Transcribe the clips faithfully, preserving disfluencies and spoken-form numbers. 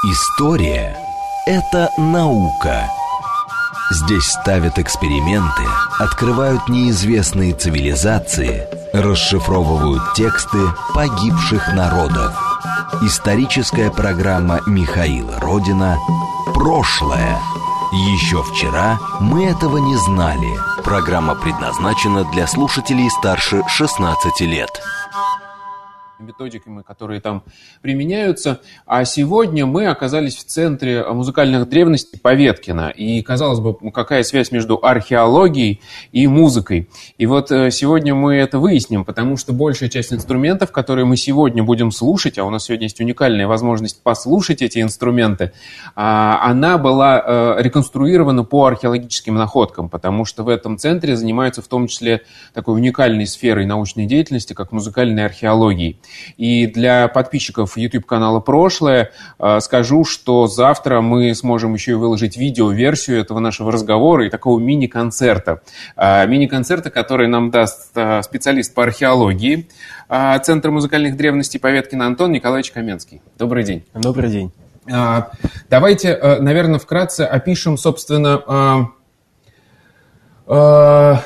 История – это наука. Здесь ставят эксперименты, открывают неизвестные цивилизации, расшифровывают тексты погибших народов. Историческая программа Михаила Родина «Прошлое». Еще вчера мы этого не знали. Программа предназначена для слушателей старше шестнадцати лет. Методиками, которые там применяются. А сегодня мы оказались в центре музыкальных древностей Поветкина. И, казалось бы, какая связь между археологией и музыкой. И вот сегодня мы это выясним, потому что большая часть инструментов, которые мы сегодня будем слушать, а у нас сегодня есть уникальная возможность послушать эти инструменты, она была реконструирована по археологическим находкам, потому что в этом центре занимаются в том числе такой уникальной сферой научной деятельности, как музыкальной археологией. И для подписчиков YouTube-канала «Прошлое» э, скажу, что завтра мы сможем еще и выложить видео-версию этого нашего разговора и такого мини-концерта. Э, мини-концерта, который нам даст э, специалист по археологии э, Центра музыкальных древностей Поветкина Антон Николаевич Каменский. Добрый день. Добрый день. Э, давайте, э, наверное, вкратце опишем, собственно... Э, э,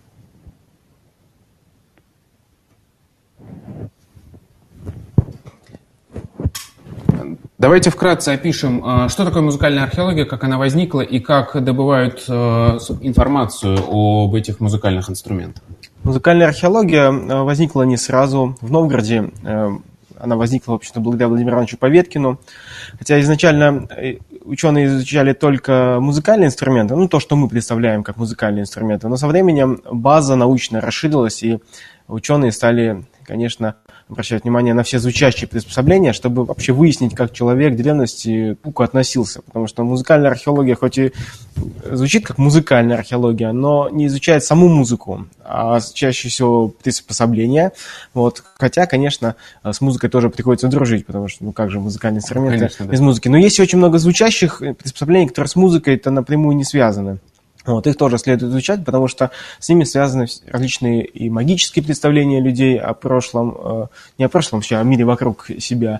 Давайте вкратце опишем, что такое музыкальная археология, как она возникла и как добывают информацию об этих музыкальных инструментах. Музыкальная археология возникла не сразу. В Новгороде она возникла, в общем-то, благодаря Владимиру Ивановичу Поветкину. Хотя изначально ученые изучали только музыкальные инструменты, ну, то, что мы представляем как музыкальные инструменты. Но со временем база научная расширилась, и ученые стали, конечно, обращать внимание на все звучащие приспособления, чтобы вообще выяснить, как человек в древности к звуку относился. Потому что музыкальная археология хоть и звучит как музыкальная археология, но не изучает саму музыку, а чаще всего приспособления. Вот. Хотя, конечно, с музыкой тоже приходится дружить, потому что, ну как же музыкальные инструменты конечно, без да. музыки. Но есть очень много звучащих приспособлений, которые с музыкой-то напрямую не связаны. Вот, их тоже следует изучать, потому что с ними связаны различные и магические представления людей о прошлом, э, не о прошлом вообще, а о мире вокруг себя.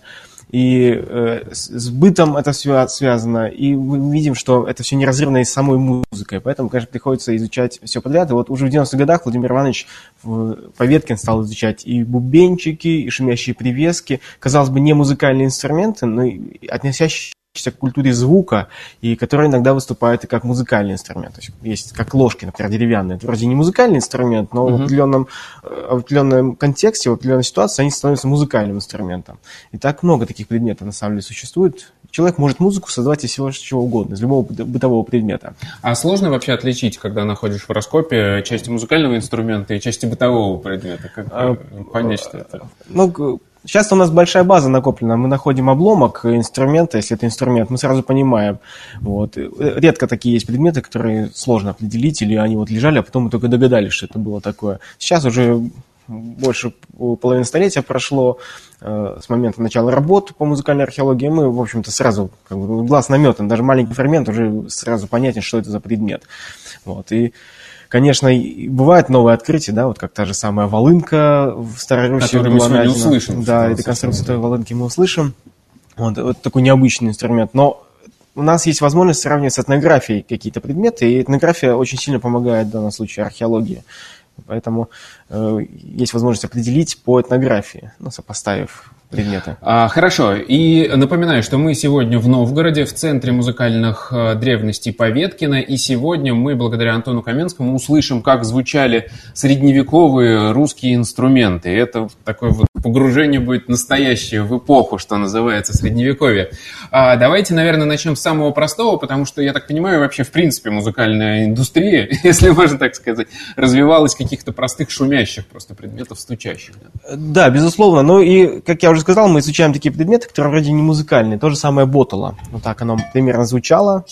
И э, с бытом это все связано, и мы видим, что это все неразрывно и с самой музыкой, поэтому, конечно, приходится изучать все подряд. И вот уже в девяностых годах Владимир Иванович Поветкин стал изучать и бубенчики, и шумящие привески, казалось бы, не музыкальные инструменты, но и относящиеся к культуре звука, и которые иногда выступают и как музыкальный инструмент. То есть есть как ложки, например, деревянные. Это вроде не музыкальный инструмент, но uh-huh. в, определенном, в определенном контексте, в определенной ситуации они становятся музыкальным инструментом. И так много таких предметов на самом деле существует. Человек может музыку создавать из всего чего угодно, из любого бытового предмета. А сложно вообще отличить, когда находишь в раскопе части музыкального инструмента и части бытового предмета? Как а, понять, что это? Ну, сейчас у нас большая база накоплена, мы находим обломок инструмента, если это инструмент, мы сразу понимаем. Вот. Редко такие есть предметы, которые сложно определить, или они вот лежали, а потом мы только догадались, что это было такое. Сейчас уже больше половины столетия прошло э, с момента начала работы по музыкальной археологии, мы, в общем-то, сразу, как бы, глаз наметан, даже маленький фрагмент уже сразу понятен, что это за предмет. Вот. И конечно, бывают новые открытия, да, вот как та же самая волынка в Старой Руси. Которую мы сегодня услышим. Да, реконструкцию той волынки мы услышим. Вот, вот такой необычный инструмент. Но у нас есть возможность сравнивать с этнографией какие-то предметы, и этнография очень сильно помогает в данном случае археологии. Поэтому э, есть возможность определить по этнографии, ну, сопоставив предметы. А, хорошо. И напоминаю, что мы сегодня в Новгороде, в Центре музыкальных древностей Поветкина, и сегодня мы, благодаря Антону Каменскому, услышим, как звучали средневековые русские инструменты. И это такое вот погружение будет настоящее в эпоху, что называется, Средневековье. А, давайте, наверное, начнем с самого простого, потому что, я так понимаю, вообще, в принципе, музыкальная индустрия, если можно так сказать, развивалась каких-то простых шумящих просто предметов, стучащих. Да, да, безусловно. Ну и, как я уже сказал, мы изучаем такие предметы, которые вроде не музыкальные. То же самое ботало. Вот так оно примерно звучало.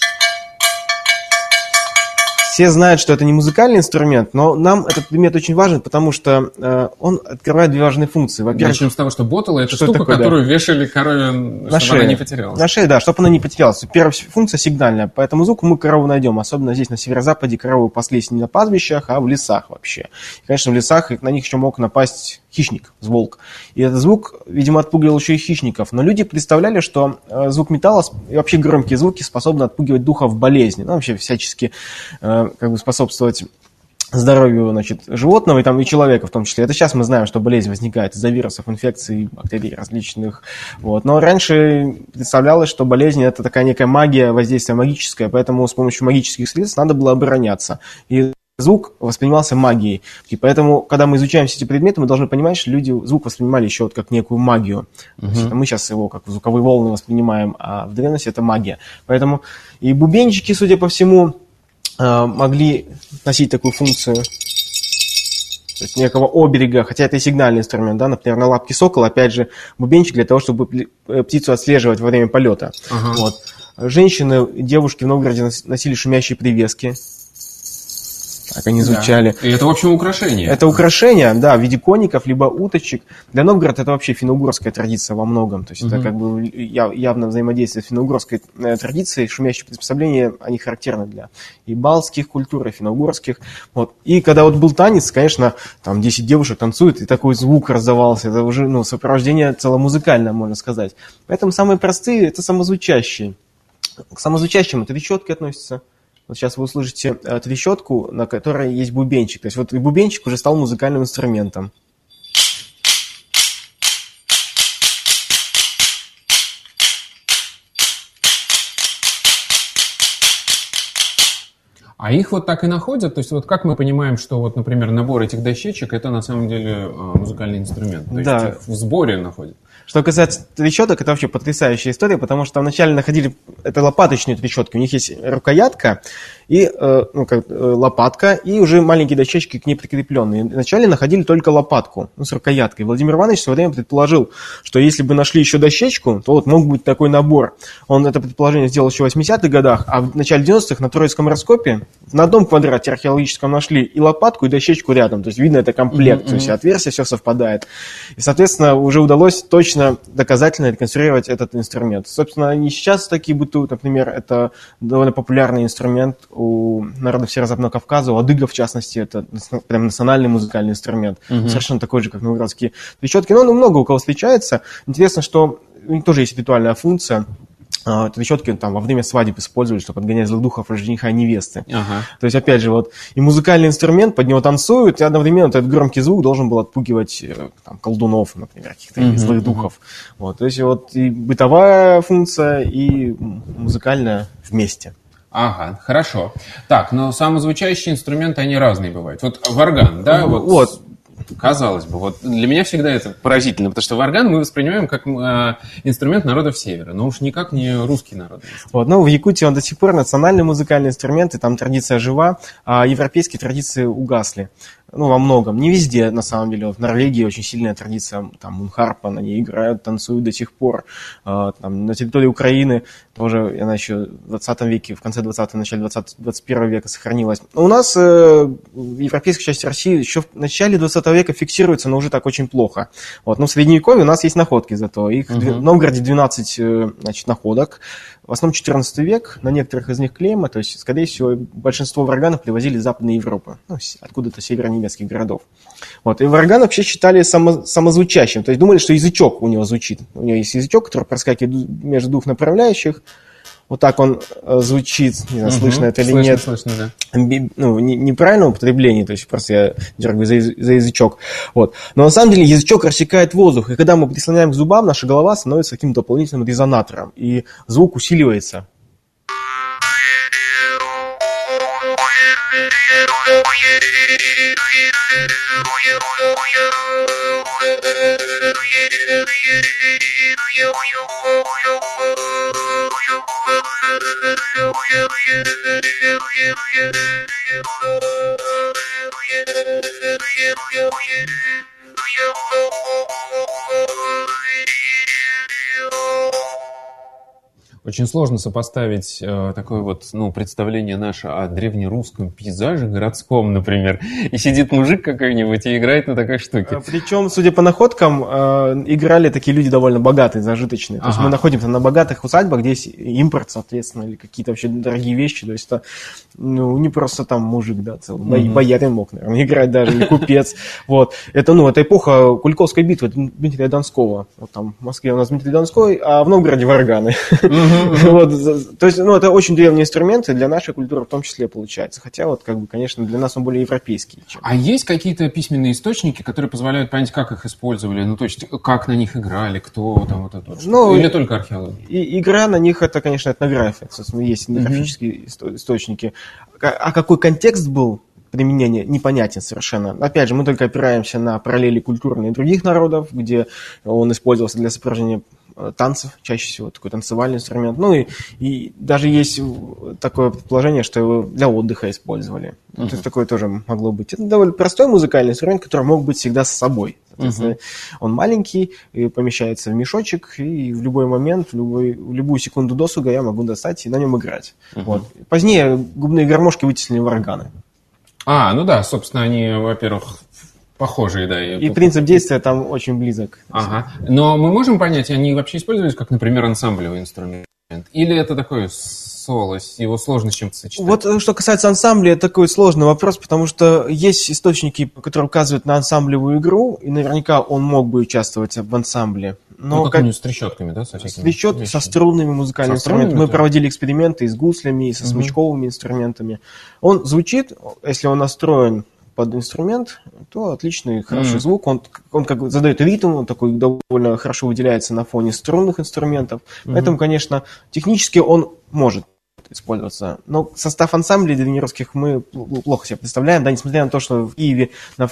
Все знают, что это не музыкальный инструмент, но нам этот предмет очень важен, потому что э, он открывает две важные функции. Во-первых, начнем с того, что ботало – это штука, такое, которую да? вешали корове, на чтобы шею. Она не потерялась. На шее, да, чтобы она не потерялась. Первая функция сигнальная. По этому звуку мы корову найдем. Особенно здесь, на северо-западе, коровы паслись не на пастбищах, а в лесах вообще. И, конечно, в лесах на них еще мог напасть хищник, волк. И этот звук, видимо, отпугивал еще и хищников. Но люди представляли, что звук металла и вообще громкие звуки способны отпугивать духов болезни. Ну, вообще всячески как бы способствовать здоровью, значит, животного и, там, и человека в том числе. Это сейчас мы знаем, что болезнь возникает из-за вирусов, инфекций, бактерий различных. Вот. Но раньше представлялось, что болезнь – это такая некая магия, воздействие магическое, поэтому с помощью магических средств надо было обороняться. И звук воспринимался магией. И поэтому, когда мы изучаем все эти предметы, мы должны понимать, что люди звук воспринимали еще вот как некую магию. Uh-huh. То есть это мы сейчас его как звуковые волны воспринимаем, а в древности это магия. Поэтому и бубенчики, судя по всему, могли носить такую функцию, то есть некого оберега, хотя это и сигнальный инструмент, да, например, на лапке сокола, опять же, бубенчик для того, чтобы птицу отслеживать во время полета. Uh-huh. Вот. Женщины, девушки в Новгороде носили шумящие привески. Так они звучали. Да. И это, в общем, украшение. Это украшение, да, в виде коников, либо уточек. Для Новгорода это вообще финно-угорская традиция во многом. То есть угу. это как бы явно взаимодействие с финно-угорской традицией. Шумящие приспособления, они характерны для и балтских культур, и финно-угорских. Вот. И когда вот был танец, конечно, там десять девушек танцуют, и такой звук раздавался. Это уже, ну, сопровождение целомузыкальное, можно сказать. Поэтому самые простые – это самозвучащие. К самозвучащим это трещотки относятся. Вот сейчас вы услышите э, трещотку, на которой есть бубенчик. То есть вот и бубенчик уже стал музыкальным инструментом. А их вот так и находят? То есть вот как мы понимаем, что вот, например, набор этих дощечек – это на самом деле музыкальный инструмент? То да. есть их в сборе находят? Что касается трещоток, это вообще потрясающая история, потому что вначале находили, это лопаточные трещотки, у них есть рукоятка, и, э, ну, как, э, лопатка, и уже маленькие дощечки к ней прикрепленные. Вначале находили только лопатку, ну, с рукояткой. Владимир Иванович в свое время предположил, что если бы нашли еще дощечку, то вот мог быть такой набор. Он это предположение сделал еще в восьмидесятых годах, а в начале девяностых на Троицком раскопе на одном квадрате археологическом нашли и лопатку, и дощечку рядом. То есть, видно, это комплект, mm-hmm. то есть отверстие, все совпадает. И, соответственно, уже удалось точно доказательно реконструировать этот инструмент. Собственно, они сейчас такие бытуют, например, это довольно популярный инструмент у народов Северо-Западного Кавказа, у адыгов, в частности, это прям национальный музыкальный инструмент, uh-huh. совершенно такой же, как новгородские трещотки, но он много у кого встречается. Интересно, что у них тоже есть ритуальная функция. Трещотки там во время свадеб использовали, чтобы отгонять злых духов жениха и невесты. Ага. То есть, опять же, вот и музыкальный инструмент, под него танцуют, и одновременно этот громкий звук должен был отпугивать там, колдунов, например, каких-то mm-hmm. злых духов. Вот, то есть, вот и бытовая функция, и музыкальная вместе. Ага, хорошо. Так, но самозвучащие инструменты, они разные бывают. Вот варган, да? Вот. вот. Казалось бы, вот для меня всегда это поразительно, потому что варган мы воспринимаем как э, инструмент народов Севера, но уж никак не русский народ. Вот, ну, в Якутии он до сих пор национальный музыкальный инструмент, и там традиция жива, а европейские традиции угасли. Ну, во многом. Не везде, на самом деле. В Норвегии очень сильная традиция, там, мунхарпа, на ней играют, танцуют до сих пор. Там, на территории Украины тоже, она еще в двадцатом веке, в конце двадцатого, начале двадцатого, двадцать первого века сохранилась. Но у нас э, в европейской части России еще в начале двадцатого века фиксируется, но уже так очень плохо. Вот. Но в Средневековье у нас есть находки зато. Их uh-huh. в Новгороде двенадцать значит, находок. В основном четырнадцатый век, на некоторых из них клейма, то есть, скорее всего, большинство варганов привозили из Западной Европы, ну, откуда-то северонемецких городов. Вот. И варган вообще считали само, самозвучащим, то есть думали, что язычок у него звучит. У него есть язычок, который проскакивает между двух направляющих. Вот так он звучит, не знаю, угу, слышно это или слышно, нет. Слышно, да. Ну, не, неправильного употребления, то есть просто я дергаю за, за язычок. Вот. Но на самом деле язычок рассекает воздух, и когда мы прислоняем к зубам, наша голова становится каким-то дополнительным резонатором, и звук усиливается. Очень сложно сопоставить э, такое вот, ну, представление наше о древнерусском пейзаже городском, например, и сидит мужик какой-нибудь и играет на такой штуке. Причем, судя по находкам, э, играли такие люди довольно богатые, зажиточные. То ага. есть мы находимся на богатых усадьбах, где есть импорт, соответственно, или какие-то вообще дорогие вещи. То есть это, ну, не просто там мужик, да, целый, mm-hmm. боярин мог, наверное, играть даже, или купец. Вот. Это, ну, это эпоха Куликовской битвы Дмитрия Донского. Вот там в Москве у нас Дмитрий Донской, а в Новгороде варганы. Вот, то есть, ну, это очень древние инструменты для нашей культуры в том числе получается. Хотя, вот, как бы, конечно, для нас он более европейский. Чем... А есть какие-то письменные источники, которые позволяют понять, как их использовали? Ну, то есть, как на них играли, кто там вот это? Ну, или только археология? И, игра на них, это, конечно, этнография. Собственно, есть этнографические mm-hmm. источники. А какой контекст был применения, непонятен совершенно. Опять же, мы только опираемся на параллели культурные других народов, где он использовался для сопровождения танцев, чаще всего такой танцевальный инструмент. Ну и, и даже есть такое предположение, что его для отдыха использовали. Uh-huh. То есть такое тоже могло быть. Это довольно простой музыкальный инструмент, который мог быть всегда с собой. Uh-huh. Он маленький, и помещается в мешочек, и в любой момент, в, любой, в любую секунду досуга я могу достать и на нем играть. Uh-huh. Вот. Позднее губные гармошки вытеснили варганы. А, ну да, собственно, они, во-первых, похожие, да. И принцип действия там очень близок. Ага. Но мы можем понять, они вообще использовались как, например, ансамблевый инструмент? Или это такое соло, его сложно с чем-то сочетать? Вот что касается ансамбля, это такой сложный вопрос, потому что есть источники, которые указывают на ансамблевую игру, и наверняка он мог бы участвовать в ансамбле. Но ну, как-нибудь с трещотками, да? Со Трещотки, со струнными музыкальными со инструментами. Мы проводили эксперименты и с гуслями, и со угу. смычковыми инструментами. Он звучит, если он настроен под инструмент, то отличный, хороший mm. звук. Он, он как бы задает ритм, он такой довольно хорошо выделяется на фоне струнных инструментов. Mm-hmm. Поэтому, конечно, технически он может использоваться. Но состав ансамблей древнерусских мы плохо себе представляем. Да, несмотря на то, что в Киеве, на,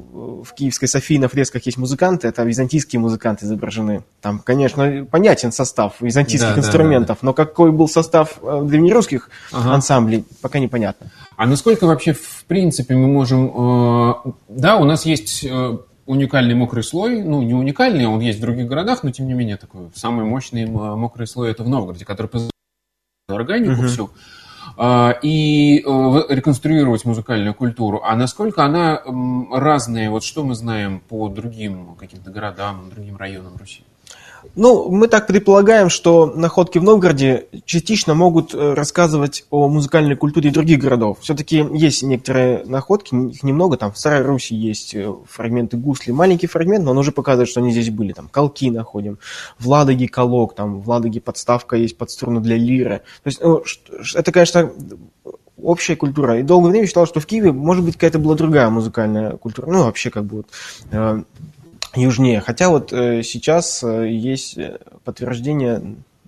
в Киевской Софии на фресках есть музыканты, это византийские музыканты изображены. Там, конечно, понятен состав византийских да, инструментов, да, да, да. но какой был состав древнерусских ага. ансамблей, пока непонятно. А насколько вообще, в принципе, мы можем... Э, да, у нас есть... Э, уникальный мокрый слой, ну, не уникальный, он есть в других городах, но, тем не менее, такой самый мощный мокрый слой это в Новгороде, который позволяет органику uh-huh. всю, и реконструировать музыкальную культуру. А насколько она разная, вот что мы знаем по другим каким-то городам, другим районам Руси? Ну, мы так предполагаем, что находки в Новгороде частично могут рассказывать о музыкальной культуре других городов. Все-таки есть некоторые находки, их немного, там в Старой Руси есть фрагменты гусли, маленький фрагмент, но он уже показывает, что они здесь были. Там колки находим, в Ладоге колок, там в Ладоге подставка есть под струну для лиры. То есть ну, это, конечно, общая культура. И долгое время считал, что в Киеве, может быть, какая-то была другая музыкальная культура. Ну, вообще, как бы вот... Э, южнее. Хотя вот э, сейчас э, есть подтверждение,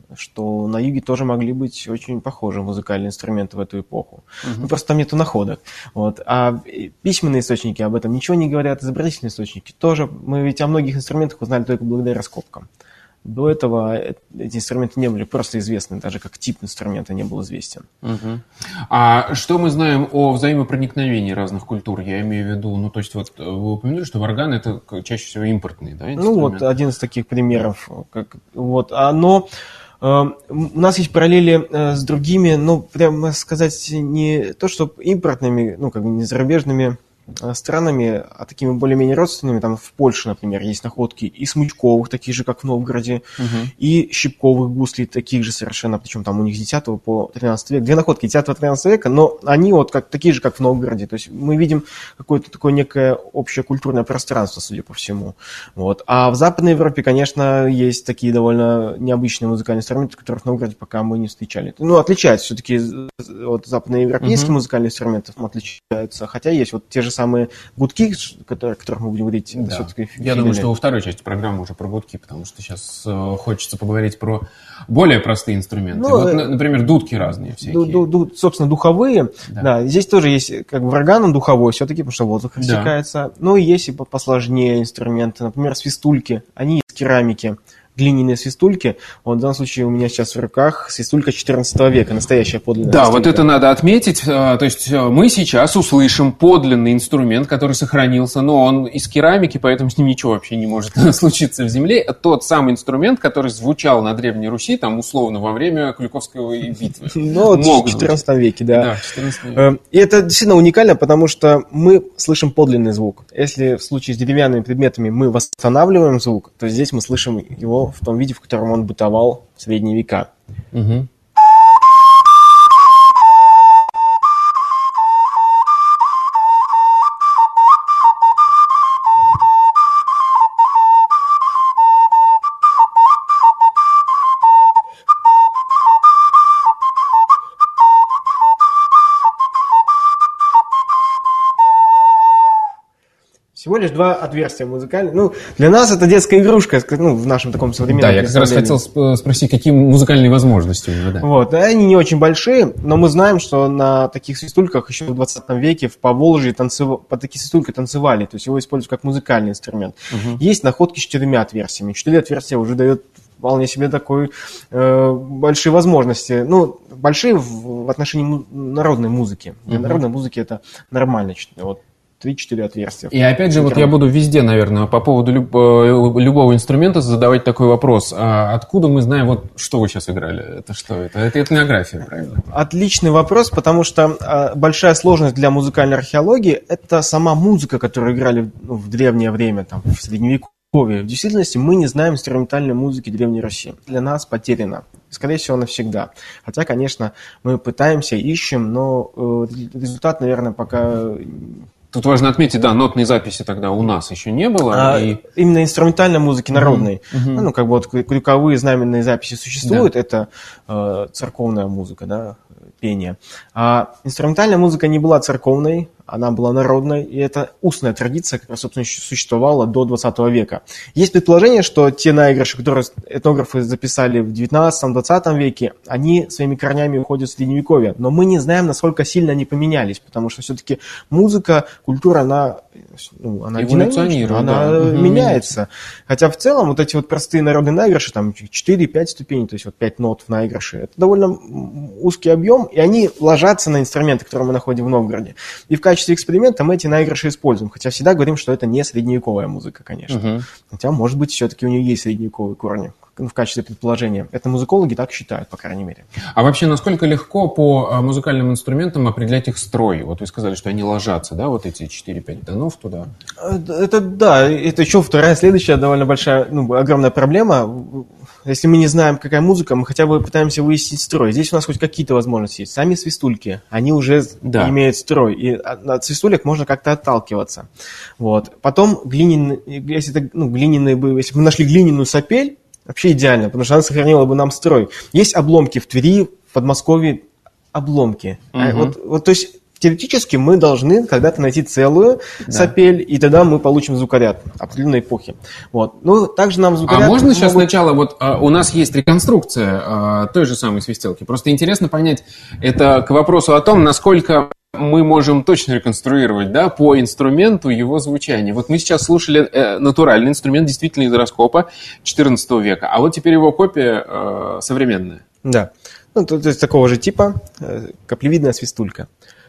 что на юге тоже могли быть очень похожие музыкальные инструменты в эту эпоху. Uh-huh. Ну, просто там нету находок. Вот. А письменные источники об этом ничего не говорят, изобразительные источники тоже. Мы ведь о многих инструментах узнали только благодаря раскопкам. До этого эти инструменты не были просто известны, даже как тип инструмента не был известен. Uh-huh. А что мы знаем о взаимопроникновении разных культур? Я имею в виду, ну, то есть, вот вы упомянули, что варган это чаще всего импортный, да, инструмент? Ну, вот один из таких примеров. Как, вот, но э, у нас есть параллели э, с другими, ну, прямо сказать, не то, что импортными, ну, как бы не зарубежными странами, а такими более-менее родственными, там в Польше, например, есть находки и смычковых, таких же, как в Новгороде, uh-huh. и щипковых гуслей, таких же совершенно, причем там у них с десятого по тринадцатый век, две находки десятого-тринадцатого века, но они вот как, такие же, как в Новгороде, то есть мы видим какое-то такое некое общее культурное пространство, судя по всему. Вот. А в Западной Европе, конечно, есть такие довольно необычные музыкальные инструменты, которых в Новгороде пока мы не встречали. Ну, отличаются все-таки от западноевропейских uh-huh. музыкальных инструментов, отличаются, хотя есть вот те же самые гудки, о которых мы будем говорить. Да. Все-таки Я думаю, что во второй части программы уже про гудки, потому что сейчас э, хочется поговорить про более простые инструменты. Ну, вот, например, дудки разные всякие. Ду- ду- собственно, духовые. Да. Да, здесь тоже есть как бы варган духовой все-таки, потому что воздух рассекается. Да. Ну и есть и посложнее инструменты. Например, свистульки. Они из керамики глиняные свистульки. Вот в данном случае у меня сейчас в руках свистулька четырнадцатого века, настоящая подлинная Да, свистулька. вот это надо отметить. То есть мы сейчас услышим подлинный инструмент, который сохранился, но он из керамики, поэтому с ним ничего вообще не может случиться в земле. Тот самый инструмент, который звучал на Древней Руси, там условно во время Куликовской битвы. Ну, в четырнадцатом веке, да. Да, в четырнадцатом веке. И это действительно уникально, потому что мы слышим подлинный звук. Если в случае с деревянными предметами мы восстанавливаем звук, то здесь мы слышим его в том виде, в котором он бытовал в средние века. Угу. Всего лишь два отверстия музыкальных. Ну, для нас это детская игрушка, ну, в нашем таком современном Да, я как раз хотел спросить, какие музыкальные возможности у него, да. Вот, они не очень большие, но мы знаем, что на таких свистульках еще в двадцатом веке в Поволжье танцев... по такие свистульки танцевали, то есть его используют как музыкальный инструмент. Угу. Есть находки с четырьмя отверстиями. Четыре отверстия уже дает вполне себе такой э, большие возможности. Ну, большие в, в отношении му- народной музыки. Для угу. народной музыки это нормально. Вот. три-четыре отверстия. И опять же, вот я буду везде, наверное, по поводу люб, любого инструмента задавать такой вопрос. А откуда мы знаем, вот что вы сейчас играли? Это что? Это, это этнография, правильно? Отличный вопрос, потому что а, большая сложность для музыкальной археологии – это сама музыка, которую играли ну, в древнее время, там, в Средневековье. В действительности мы не знаем инструментальной музыки Древней Руси. Для нас потеряна. Скорее всего, навсегда. Хотя, конечно, мы пытаемся, ищем, но э, результат, наверное, пока... Тут важно отметить, да, нотной записи тогда у нас еще не было. А, и... Именно инструментальной музыки народной. Mm-hmm. Ну, как бы вот крюковые знаменные записи существуют, да. Это э, церковная музыка, да, пение. А инструментальная музыка не была церковной, она была народной, и это устная традиция, которая, собственно, существовала до двадцатого века. Есть предположение, что те наигрыши, которые этнографы записали в девятнадцатом-двадцатом веке, они своими корнями уходят в Средневековье. Но мы не знаем, насколько сильно они поменялись, потому что все-таки музыка, культура, она, ну, она эволюционирует, она да. меняется. Хотя в целом вот эти вот простые народные наигрыши, там четыре-пять ступеней, то есть вот пять нот в наигрыше, это довольно узкий объем, и они ложатся на инструменты, которые мы находим в Новгороде. И в качестве эксперимента мы эти наигрыши используем, хотя всегда говорим, что это не средневековая музыка, конечно. Uh-huh. Хотя, может быть, все-таки у нее есть средневековые корни в качестве предположения. Это музыкологи так считают, по крайней мере. А вообще, насколько легко по музыкальным инструментам определять их строй? Вот вы сказали, что они ложатся, да, вот эти четыре-пять тонов туда? Это, это да, это еще вторая, следующая довольно большая, ну, огромная проблема. Если мы не знаем, какая музыка, мы хотя бы пытаемся выяснить строй. Здесь у нас хоть какие-то возможности есть. Сами свистульки, они уже да. имеют строй, и от свистулек можно как-то отталкиваться. Вот. Потом глиняные, если, это, ну, глиняные бы, если бы мы нашли глиняную сапель, вообще идеально, потому что она сохранила бы нам строй. Есть обломки в Твери, в Подмосковье, обломки. Угу. А вот, вот, то есть теоретически мы должны когда-то найти целую да. сапель, и тогда мы получим звукоряд определенной эпохи. Вот. Ну, также нам звукоряд... А можно могут... сейчас сначала, вот а, у нас есть реконструкция а, той же самой свистелки. Просто интересно понять, это к вопросу о том, насколько мы можем точно реконструировать, да, по инструменту его звучания. Вот мы сейчас слушали э, натуральный инструмент, действительно из гороскопа четырнадцатого века, а вот теперь его копия э, современная. Да, ну, то, то есть такого же типа, э, каплевидная свистулька.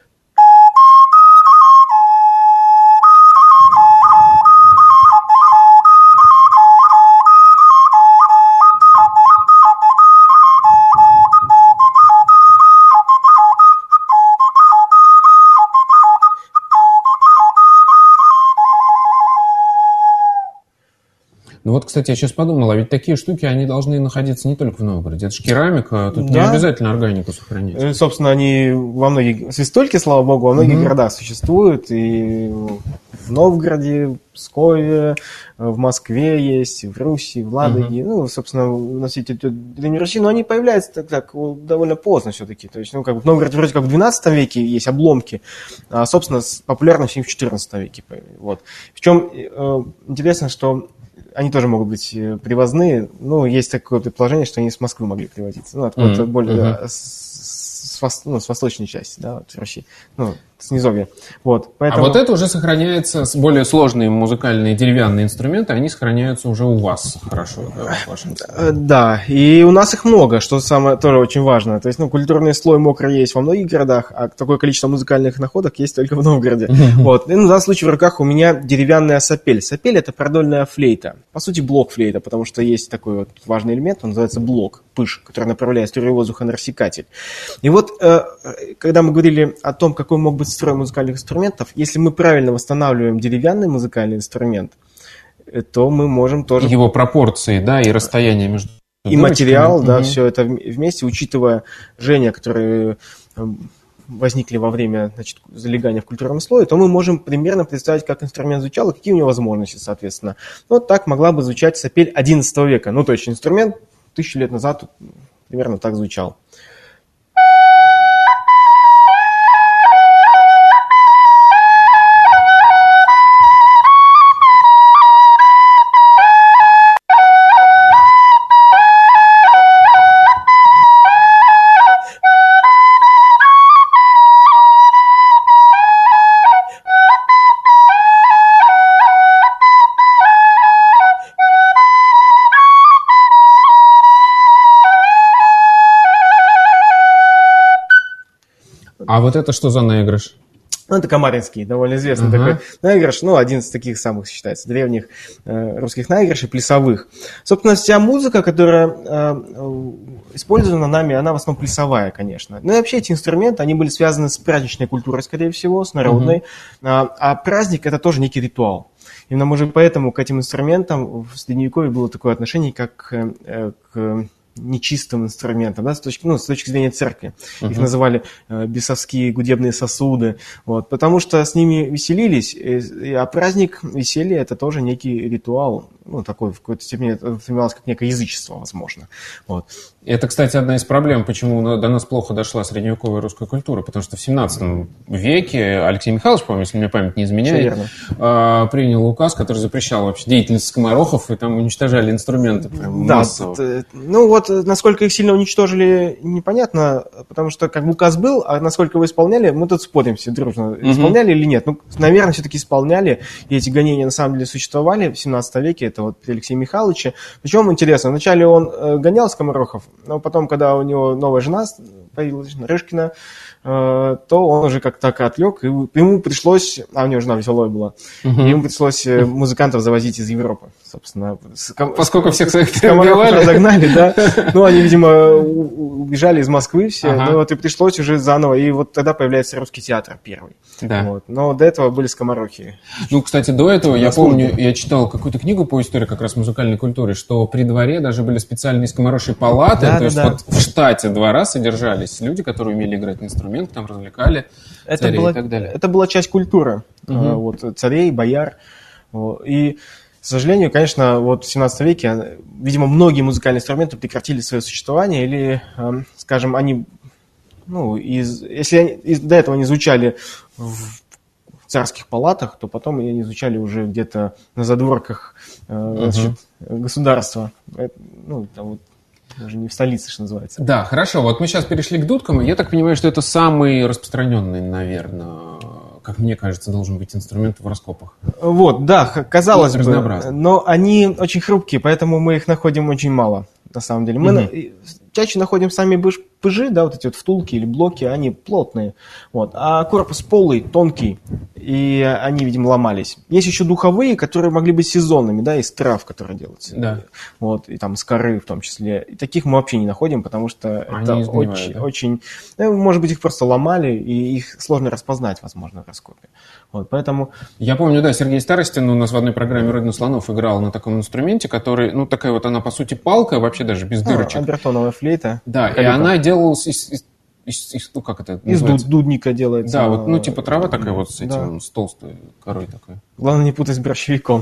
Ну вот, кстати, я сейчас подумал, а ведь такие штуки, они должны находиться не только в Новгороде. Это же керамика, тут да. не обязательно органику сохранять. Собственно, они во многих свистульки, слава богу, во многих mm-hmm. городах существуют. И в Новгороде, в Пскове, в Москве есть, в Руси, в Ладоге. Mm-hmm. Ну, собственно, носители Древней Руси, но они появляются так, так довольно поздно все-таки. То есть, ну, как в Новгороде вроде как в двенадцатом веке есть обломки, а, собственно, популярны все в четырнадцатом веке. Вот. Причем э, интересно, что они тоже могут быть привозные. Ну, есть такое предположение, что они с Москвы могли привозиться. Ну, откуда-то mm-hmm. более mm-hmm. с, с, ну, с восточной части, да, вот, России. Ну, снизовье. Вот, поэтому... А вот это уже сохраняется, более сложные музыкальные деревянные инструменты, они сохраняются уже у вас хорошо, да, в вашем целом. Да, и у нас их много, что самое тоже очень важно. То есть, ну, культурный слой мокрый есть во многих городах, а такое количество музыкальных находок есть только в Новгороде. Вот, и в данном случае в руках у меня деревянная сапель. Сапель — это продольная флейта, по сути, блок-флейта, потому что есть такой вот важный элемент, он называется блок, пыш, который направляет струю воздуха на рассекатель. И вот, когда мы говорили о том, какой мог быть строй музыкальных инструментов, если мы правильно восстанавливаем деревянный музыкальный инструмент, то мы можем тоже... Его пропорции, да, и расстояние между... И материал, угу. да, все это вместе, учитывая жжения, которые возникли во время, значит, залегания в культурном слое, то мы можем примерно представить, как инструмент звучал и какие у него возможности, соответственно. Вот так могла бы звучать сапель одиннадцатого века. Ну, то есть инструмент тысячу лет назад примерно так звучал. А вот это что за наигрыш? Ну, это Камаринский, довольно известный uh-huh. такой наигрыш, ну, один из таких самых, считается, древних э, русских наигрышей, плясовых. Собственно, вся музыка, которая э, использована нами, она в основном плясовая, конечно. Ну, и вообще эти инструменты, они были связаны с праздничной культурой, скорее всего, с народной, uh-huh. а, а праздник – это тоже некий ритуал. Именно, может, поэтому к этим инструментам в Средневековье было такое отношение, как э, к... нечистым инструментом, да, с точки, ну, с точки зрения церкви. Uh-huh. Их называли э, бесовские гудебные сосуды, вот, потому что с ними веселились, и, а праздник, веселье – это тоже некий ритуал, ну, такой, в какой-то степени воспринималось как некое язычество, возможно. Вот. Это, кстати, одна из проблем, почему до нас плохо дошла средневековая русская культура, потому что в семнадцатом веке Алексей Михайлович, по-моему, если мне память не изменяет, принял указ, который запрещал вообще деятельность скоморохов, и там уничтожали инструменты прям да, массово. Это, ну вот, насколько их сильно уничтожили, непонятно, потому что как бы указ был, а насколько его исполняли, мы тут спорим все дружно, uh-huh. исполняли или нет. Ну, наверное, все-таки исполняли, и эти гонения на самом деле существовали в семнадцатом веке, это вот при Алексее Михайловиче. Причем интересно, вначале он э, гонял скоморохов, но потом, когда у него новая жена появилась, Рышкина, э, то он уже как-то так отлег, и ему пришлось, а у него жена веселая была, uh-huh. ему пришлось музыкантов завозить из Европы, собственно. Поскольку всех своих скоморохов разогнали, да, ну, они, видимо, убежали из Москвы все, ага. ну, вот и пришлось уже заново, и вот тогда появляется русский театр первый. Да. Вот. Но до этого были скоморохи. Ну, кстати, до этого, я помню, я читал какую-то книгу по истории как раз музыкальной культуры, что при дворе даже были специальные скоморожьи палаты, да, то да, есть да. вот в штате двора содержались люди, которые умели играть на инструмент, там развлекали это царей была, и так далее. Это была часть культуры, угу. вот, царей, бояр, вот, и к сожалению, конечно, вот в семнадцатом веке, видимо, многие музыкальные инструменты прекратили свое существование или, э, скажем, они, ну, из, если они из, до этого не звучали в царских палатах, то потом они звучали уже где-то на задворках э, uh-huh. значит, государства. Это, ну, там вот даже не в столице, что называется. Да, хорошо. Вот мы сейчас перешли к дудкам. Я так понимаю, что это самый распространенный, наверное, как мне кажется, должен быть инструмент в раскопах. Вот, да, казалось бы, но они очень хрупкие, поэтому мы их находим очень мало, на самом деле. Мы угу. чаще находим сами пыжи, да, вот эти вот втулки или блоки, они плотные, вот, а корпус полый, тонкий, и они, видимо, ломались. Есть еще духовые, которые могли быть сезонными, да, из трав, которые делаются. Да. Вот, и там с коры в том числе. И таких мы вообще не находим, потому что они это очень, да? очень, ну, может быть, их просто ломали, и их сложно распознать, возможно, в раскопе. Вот, поэтому... Я помню, да, Сергей Старостин у нас в одной программе «Родина слонов» играл на таком инструменте, который, ну, такая вот она, по сути, палка, вообще даже без дырочек. А, обертоновая флейта. Да, калюка. И она делалась из, из, из, из, ну, как это из называется? Дудника делается. Да, вот, ну, типа трава такая вот с этим, да. с толстой корой такой. Главное, не путать с борщевиком.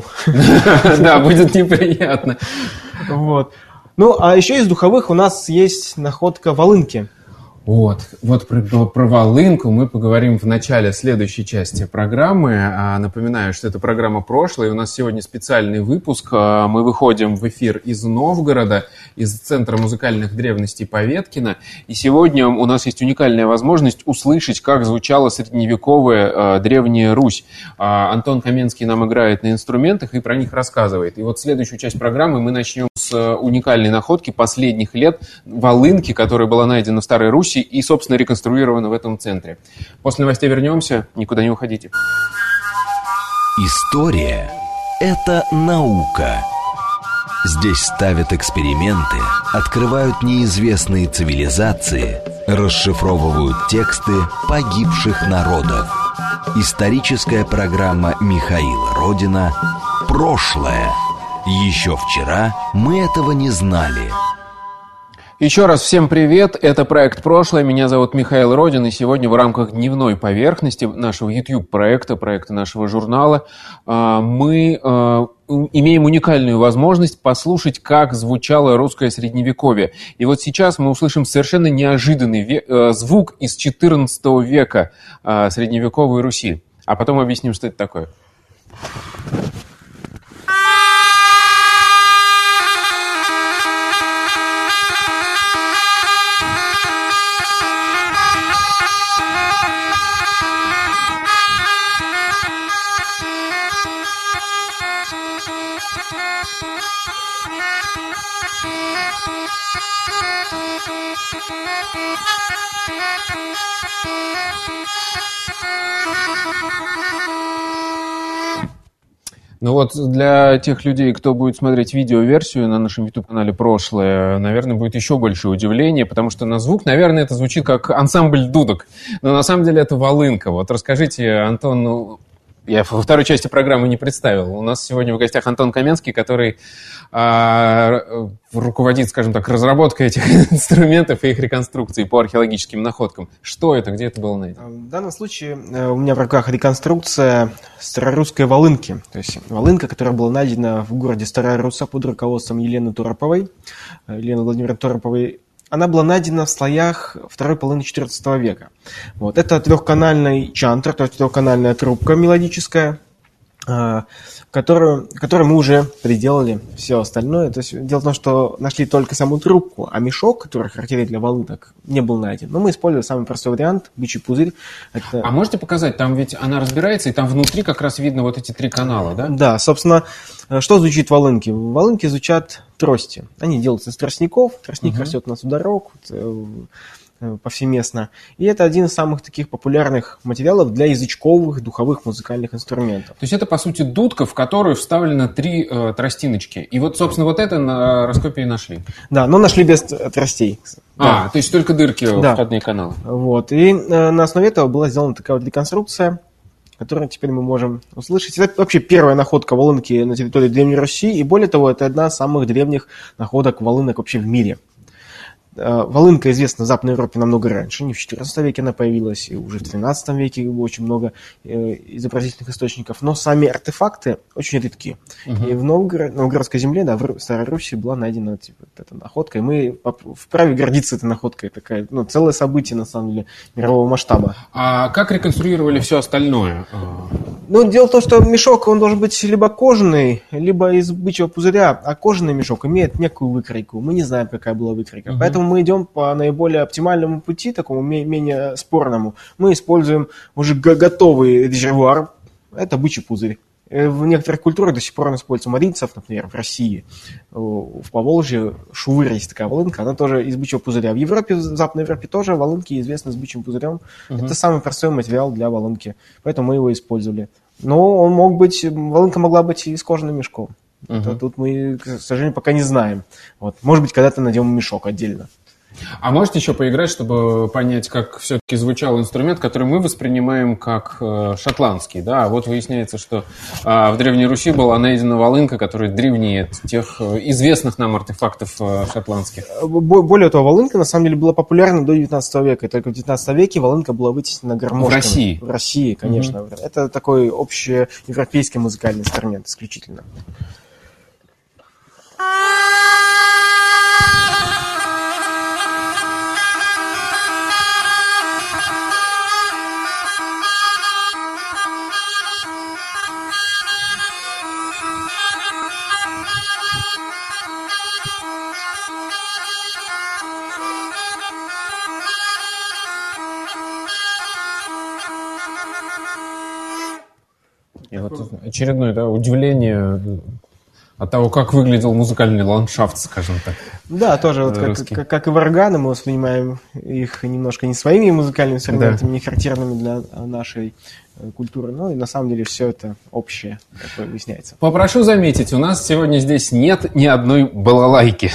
Да, будет неприятно. Вот. Ну, а еще из духовых у нас есть находка волынки. Вот, вот про, про волынку мы поговорим в начале следующей части программы. А, напоминаю, что это программа «Прошлое». У нас сегодня специальный выпуск. А, мы выходим в эфир из Новгорода, из Центра музыкальных древностей Поветкина. И сегодня у нас есть уникальная возможность услышать, как звучала средневековая а, Древняя Русь. А, Антон Каменский нам играет на инструментах и про них рассказывает. И вот следующую часть программы мы начнем с уникальной находки последних лет волынки, которая была найдена в Старой Руси и, собственно, реконструирована в этом центре. После новостей вернемся, никуда не уходите. История – это наука. Здесь ставят эксперименты, открывают неизвестные цивилизации, расшифровывают тексты погибших народов. Историческая программа Михаила Родина «Прошлое». Еще вчера мы этого не знали. Еще раз всем привет, это проект «Прошлое», меня зовут Михаил Родин, и сегодня в рамках дневной поверхности нашего YouTube-проекта, проекта нашего журнала, мы имеем уникальную возможность послушать, как звучало русское средневековье. И вот сейчас мы услышим совершенно неожиданный ве- звук из четырнадцатого века средневековой Руси, а потом объясним, что это такое. Ну вот для тех людей, кто будет смотреть видеоверсию на нашем YouTube-канале «Прошлое», наверное, будет еще больше удивления, потому что на звук, наверное, это звучит как ансамбль дудок, но на самом деле это волынка. Вот расскажите, Антон, ну, я во второй части программы не представил. У нас сегодня в гостях Антон Каменский, который а, руководит, скажем так, разработкой этих инструментов и их реконструкцией по археологическим находкам. Что это? Где это было найдено? В данном случае у меня в руках реконструкция старорусской волынки. То есть волынка, которая была найдена в городе Старая Русса под руководством Елены Тороповой, Елены Владимировны Тороповой. Она была найдена в слоях второй половины четырнадцатого века. Вот. Это трехканальный чантр, то есть трехканальная трубка мелодическая, которую, которую мы уже приделали все остальное. То есть дело в том, что нашли только саму трубку, а мешок, который характерен для волынок, не был найден. Но мы использовали самый простой вариант, бычий пузырь. Это... А можете показать? Там ведь она разбирается, и там внутри как раз видно вот эти три канала, да? Да, собственно, что звучит в волынке? В волынке звучат трости. Они делаются из тростников. Тростник uh-huh. растет у нас у дорог, повсеместно. И это один из самых таких популярных материалов для язычковых духовых музыкальных инструментов. То есть это, по сути, дудка, в которую вставлено три э, тростиночки. И вот, собственно, вот это на раскопе и нашли. Да, но нашли без тростей. А, да. То есть только дырки в да. входные каналы. Вот. И э, на основе этого была сделана такая вот реконструкция, которую теперь мы можем услышать. Это вообще первая находка волынки на территории Древней Руси. И более того, это одна из самых древних находок волынок вообще в мире. Волынка известна в Западной Европе намного раньше, не в четырнадцатом веке она появилась, и уже в тринадцатом веке очень много изобразительных источников, но сами артефакты очень редки. Uh-huh. И в Новгород, Новгородской земле, да, в Старой Руси была найдена типа, эта находка, и мы вправе гордиться этой находкой, такая, ну, целое событие, на самом деле, мирового масштаба. А как реконструировали все остальное? Ну, дело в том, что мешок, он должен быть либо кожаный, либо из бычьего пузыря, а кожаный мешок имеет некую выкройку, мы не знаем, какая была выкройка, uh-huh. поэтому мы идем по наиболее оптимальному пути, такому менее спорному. Мы используем уже готовый резервуар, это бычий пузырь. В некоторых культурах до сих пор он используется марийцев, например, в России, в Поволжье, шувыра есть такая волынка, она тоже из бычьего пузыря. В Европе, в Западной Европе тоже волынки известны с бычьим пузырем. Uh-huh. Это самый простой материал для волынки, поэтому мы его использовали. Но он мог быть, волынка могла быть и с кожаным мешком. Uh-huh. Это, тут мы, к сожалению, пока не знаем. Вот. Может быть, когда-то найдем мешок отдельно. А можете еще поиграть, чтобы понять, как все-таки звучал инструмент, который мы воспринимаем как э, шотландский, да? А вот выясняется, что э, в Древней Руси была найдена волынка, которая древнее тех э, известных нам артефактов э, шотландских. Более того, волынка на самом деле была популярна до девятнадцатого века, и только в девятнадцатом веке волынка была вытеснена гармошками. В России? В России, конечно. Mm-hmm. Это такой общеевропейский музыкальный инструмент исключительно. И вот очередное, да, удивление от того, как выглядел музыкальный ландшафт, скажем так. Да, тоже, вот как, как, как и варганы, мы воспринимаем их немножко не своими музыкальными инструментами, да. не характерными для нашей культуры, но и на самом деле все это общее, как выясняется. Попрошу заметить, у нас сегодня здесь нет ни одной балалайки.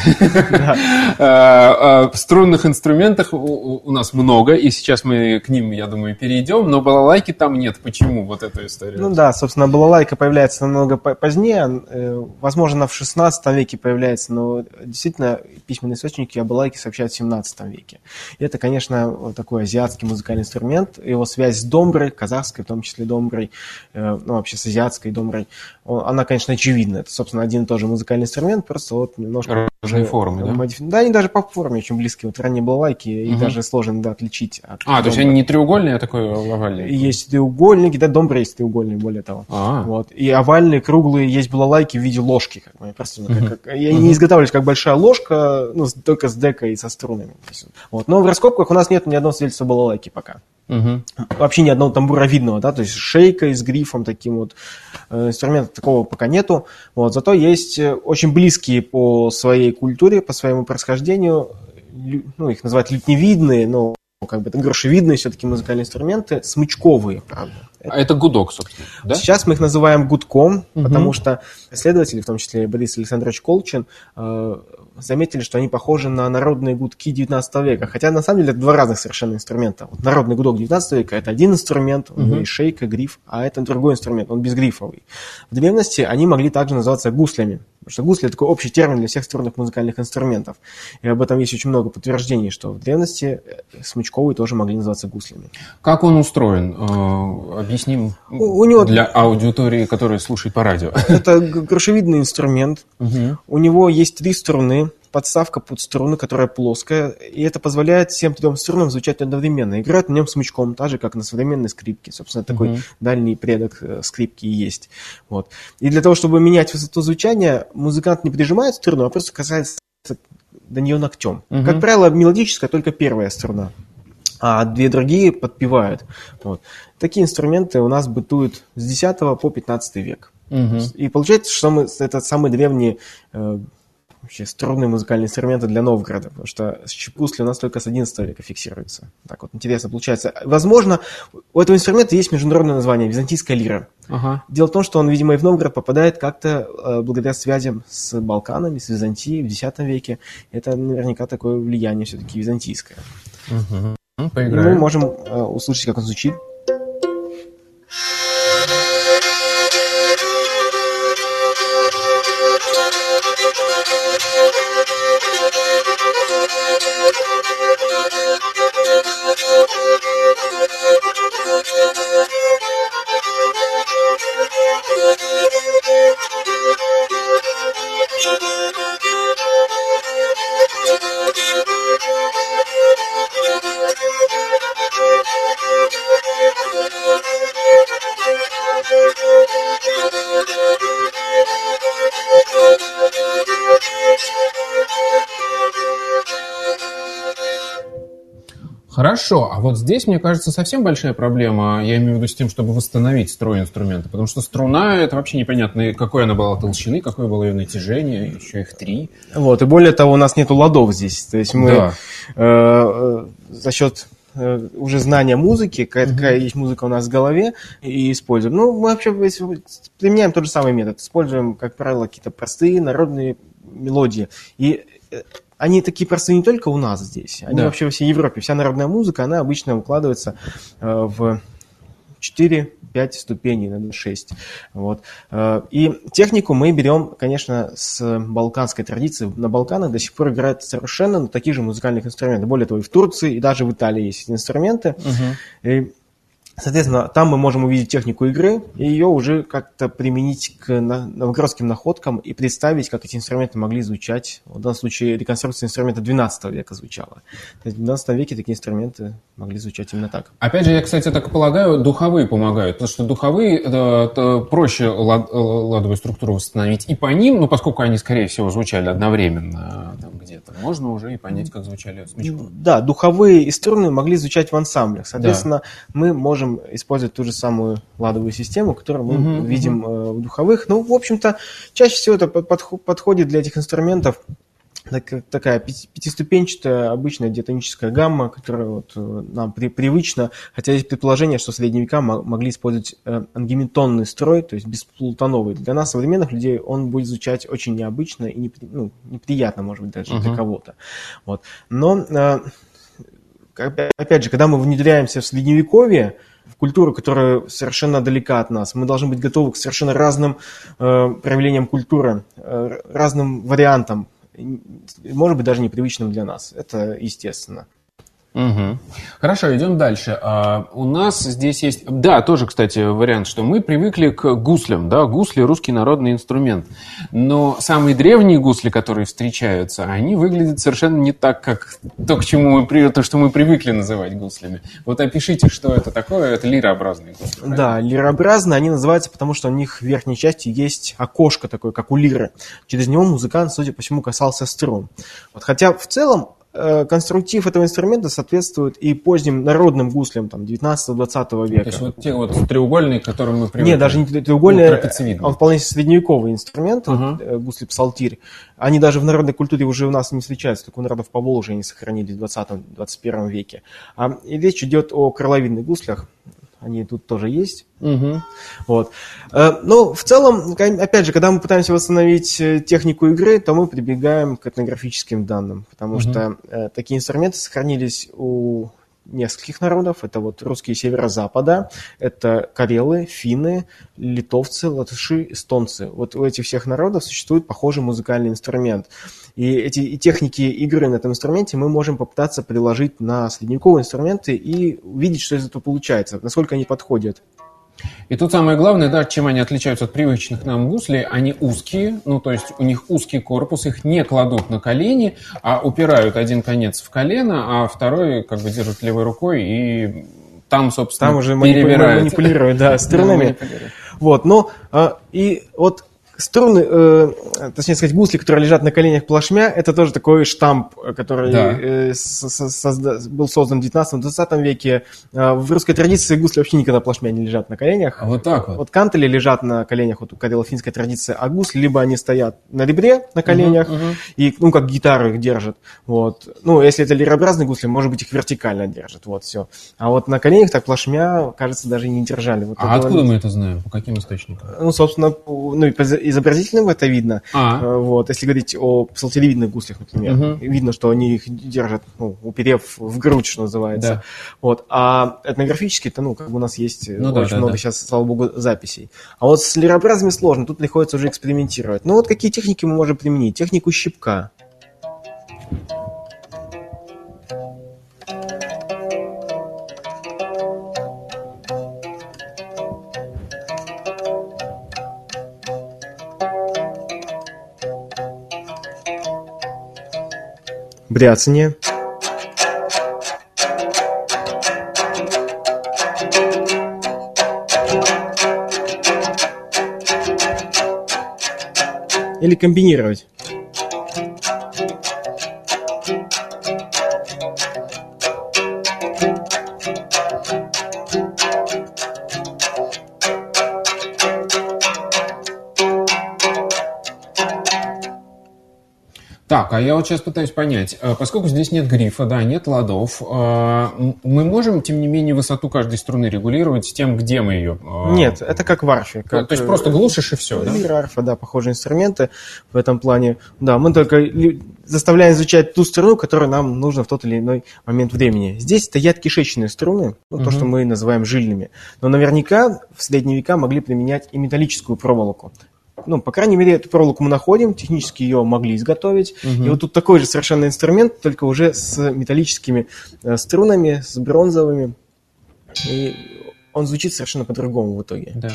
Струнных инструментов у нас много, и сейчас мы к ним, я думаю, перейдем, но балалайки там нет. Почему вот эта история? Ну да, собственно, балалайка появляется намного позднее, возможно, в шестнадцатом веке появляется, но действительно письменные источники о балалайке сообщают в семнадцатом веке. И это, конечно, такой азиатский музыкальный инструмент, его связь с домброй, казахской, в том числе домброй, ну, вообще с азиатской домброй, она, конечно, очевидна. Это, собственно, один и тот же музыкальный инструмент, просто вот немножко... Разные формы, да? Модифи... Да, они даже по форме очень близкие. Вот ранние балалайки, угу. и даже сложно да, отличить от А, домбры. То есть они не треугольные, а такой овальный? Есть треугольники, да, домбра есть треугольные, более того. А-а. Вот. И овальные, круглые, есть балалайки в виде ложки. Как бы, просто, угу. как, как, они угу. не изготавливались как большая ложка, ну, только с декой и со струнами. Вот. Но в раскопках у нас нет ни одного свидетельства балалайки пока. Угу. Вообще ни одного тамбуровидного, да, то есть шейкой с грифом, таким вот э, инструмента такого пока нету. Вот, зато есть очень близкие по своей культуре, по своему происхождению, ну, их называют лютневидные, но как бы это грушевидные все-таки музыкальные инструменты, смычковые, правда. А это гудок, собственно, да? Сейчас мы их называем гудком, угу. потому что исследователи, в том числе Борис Александрович Колчин, э, заметили, что они похожи на народные гудки девятнадцатого века. Хотя, на самом деле, это два разных совершенно инструмента. Вот народный гудок девятнадцатого века – это один инструмент, у него есть шейка, гриф, а это другой инструмент, он безгрифовый. В древности они могли также называться гуслями, потому что гусли – это такой общий термин для всех струнных музыкальных инструментов. И об этом есть очень много подтверждений, что в древности смычковые тоже могли называться гуслями. Как он устроен? Объясним у, у него... для аудитории, которая слушает по радио. Это грушевидный инструмент. Угу. У него есть три струны, подставка под струны, которая плоская, и это позволяет всем трем струнам звучать одновременно. Играют на нем смычком, так же, как на современной скрипке. Собственно, такой uh-huh. дальний предок скрипки и есть. Вот. И для того, чтобы менять высоту звучания, музыкант не прижимает струну, а просто касается до нее ногтем. Uh-huh. Как правило, мелодическая только первая струна, а две другие подпевают. Вот. Такие инструменты у нас бытуют с десятого по пятнадцатый век. Uh-huh. И получается, что мы, это самые древние э, вообще струнные музыкальные инструменты для Новгорода, потому что гусли у нас только с одиннадцатого века фиксируются. Так вот, интересно получается. Возможно, у этого инструмента есть международное название – византийская лира. Ага. Дело в том, что он, видимо, и в Новгород попадает как-то э, благодаря связям с Балканами, с Византией в десятом веке. Это наверняка такое влияние все-таки византийское. Угу. Поиграем. Мы можем э, услышать, как он звучит. Хорошо, а вот здесь, мне кажется, совсем большая проблема, я имею в виду с тем, чтобы восстановить строй инструмента, потому что струна, это вообще непонятно, какой она была толщины, какое было ее натяжение, еще их три. Вот, и более того, у нас нету ладов здесь, то есть мы да. э, за счет э, уже знания музыки, какая, угу. какая есть музыка у нас в голове, и используем. Ну, мы вообще применяем тот же самый метод, используем, как правило, какие-то простые народные мелодии, и они такие простые не только у нас здесь, они да. вообще во всей Европе. Вся народная музыка, она обычно укладывается э, в четыре-пять ступеней, иногда шесть. Вот. Э, и технику мы берем, конечно, с балканской традиции. На Балканах до сих пор играют совершенно на таких же музыкальных инструментах. Более того, и в Турции, и даже в Италии есть эти инструменты. Угу. И, соответственно, там мы можем увидеть технику игры и ее уже как-то применить к новгородским находкам и представить, как эти инструменты могли звучать. В данном случае реконструкция инструмента двенадцатого века звучала. То есть в двенадцатом веке такие инструменты могли звучать именно так. Опять же, я, кстати, так полагаю, духовые помогают, потому что духовые это, это проще лад, ладовую структуру восстановить и по ним, ну, поскольку они, скорее всего, звучали одновременно там где-то, можно уже и понять, как звучали смычком. Да, духовые и струнные могли звучать в ансамблях. Соответственно, да. мы можем можем использовать ту же самую ладовую систему, которую мы Uh-huh, видим uh-huh. в духовых. Ну, в общем-то, чаще всего это подходит для этих инструментов. Такая пятиступенчатая обычная диатоническая гамма, которая вот нам при, привычна, хотя есть предположение, что в средние века могли использовать ангемитонный строй, то есть бесполутоновый. Для нас, современных людей, он будет звучать очень необычно и непри, ну, неприятно, может быть, даже uh-huh. для кого-то. Вот. Но, опять же, когда мы внедряемся в Средневековье, в культуру, которая совершенно далека от нас. Мы должны быть готовы к совершенно разным э, проявлениям культуры, э, разным вариантам, может быть, даже непривычным для нас. Это естественно. Угу. Хорошо, идем дальше. А, у нас здесь есть... Да, тоже, кстати, вариант, что мы привыкли к гуслям. Да? Гусли – русский народный инструмент. Но самые древние гусли, которые встречаются, они выглядят совершенно не так, как то, к чему мы, то, что мы привыкли называть гуслями. Вот опишите, что это такое. Это лирообразные гусли. Правильно? Да, лирообразные они называются, потому что у них в верхней части есть окошко такое, как у лиры. Через него музыкант, судя по всему, касался струн. Вот, хотя в целом конструктив этого инструмента соответствует и поздним народным гуслям там, девятнадцатого-двадцатого века. То есть вот те вот треугольные, к которым мы привыкли. Нет, даже не треугольные, ну, он вполне средневековый инструмент, uh-huh. вот, гусли-псалтирь. Они даже в народной культуре уже у нас не встречаются, только у народов Поволжья они сохранились в двадцатом-двадцать первом веке. А, и речь идет о крыловидных гуслях. Они тут тоже есть. Угу. Вот. Но в целом, опять же, когда мы пытаемся восстановить технику игры, то мы прибегаем к этнографическим данным, потому угу. что э, такие инструменты сохранились у нескольких народов. Это вот русские северо-запада, это карелы, финны, литовцы, латыши, эстонцы. Вот у этих всех народов существует похожий музыкальный инструмент. И эти и техники игры на этом инструменте мы можем попытаться приложить на средневековые инструменты и увидеть, что из этого получается, насколько они подходят. И тут самое главное, да, чем они отличаются от привычных нам гуслей, они узкие, ну, то есть у них узкий корпус, их не кладут на колени, а упирают один конец в колено, а второй как бы держат левой рукой и там, собственно, там уже перебирают. манипулируют, да, струнами. Вот, ну, и вот струны, э, точнее сказать, гусли, которые лежат на коленях плашмя, это тоже такой штамп, который да. э, со- созда- был создан в девятнадцатом-двадцатом веке. Э, в русской традиции гусли вообще никогда плашмя не лежат на коленях. А вот так вот. Вот кантели лежат на коленях, вот у карело-финской традиции, а гусли либо они стоят на ребре на коленях, uh-huh, uh-huh. и, ну, как гитару их держат. Вот. Ну, если это лирообразные гусли, может быть, их вертикально держат, вот, все. А вот на коленях так плашмя, кажется, даже не держали. Вот а откуда мы это знаем? По каким источникам? Ну, собственно, ну, изобразительным это видно. А. Вот, если говорить о псалтиревидных гуслях, например, угу. видно, что они их держат, ну, уперев в грудь, что называется. Да. Вот. А этнографически-то, ну, как бы у нас есть ну, очень да, много да, сейчас, да. слава богу, записей. А вот с лирообразными сложно, тут приходится уже экспериментировать. Ну, вот какие техники мы можем применить? Технику щипка. Бряцание. Или комбинировать. Так, а я вот сейчас пытаюсь понять, поскольку здесь нет грифа, да, нет ладов, мы можем, тем не менее, высоту каждой струны регулировать с тем, где мы ее... Нет, это как в арфе. Как... То есть просто глушишь и все, да? Лира, арфа, да, похожие инструменты в этом плане. Да, мы только заставляем изучать ту струну, которая нам нужна в тот или иной момент времени. Здесь стоят кишечные струны, ну, угу. то, что мы называем жильными. Но наверняка в средние века могли применять и металлическую проволоку. Ну, по крайней мере, эту проволоку мы находим, технически ее могли изготовить. Угу. И вот тут такой же совершенно инструмент, только уже с металлическими э, струнами, с бронзовыми. И он звучит совершенно по-другому в итоге. Да.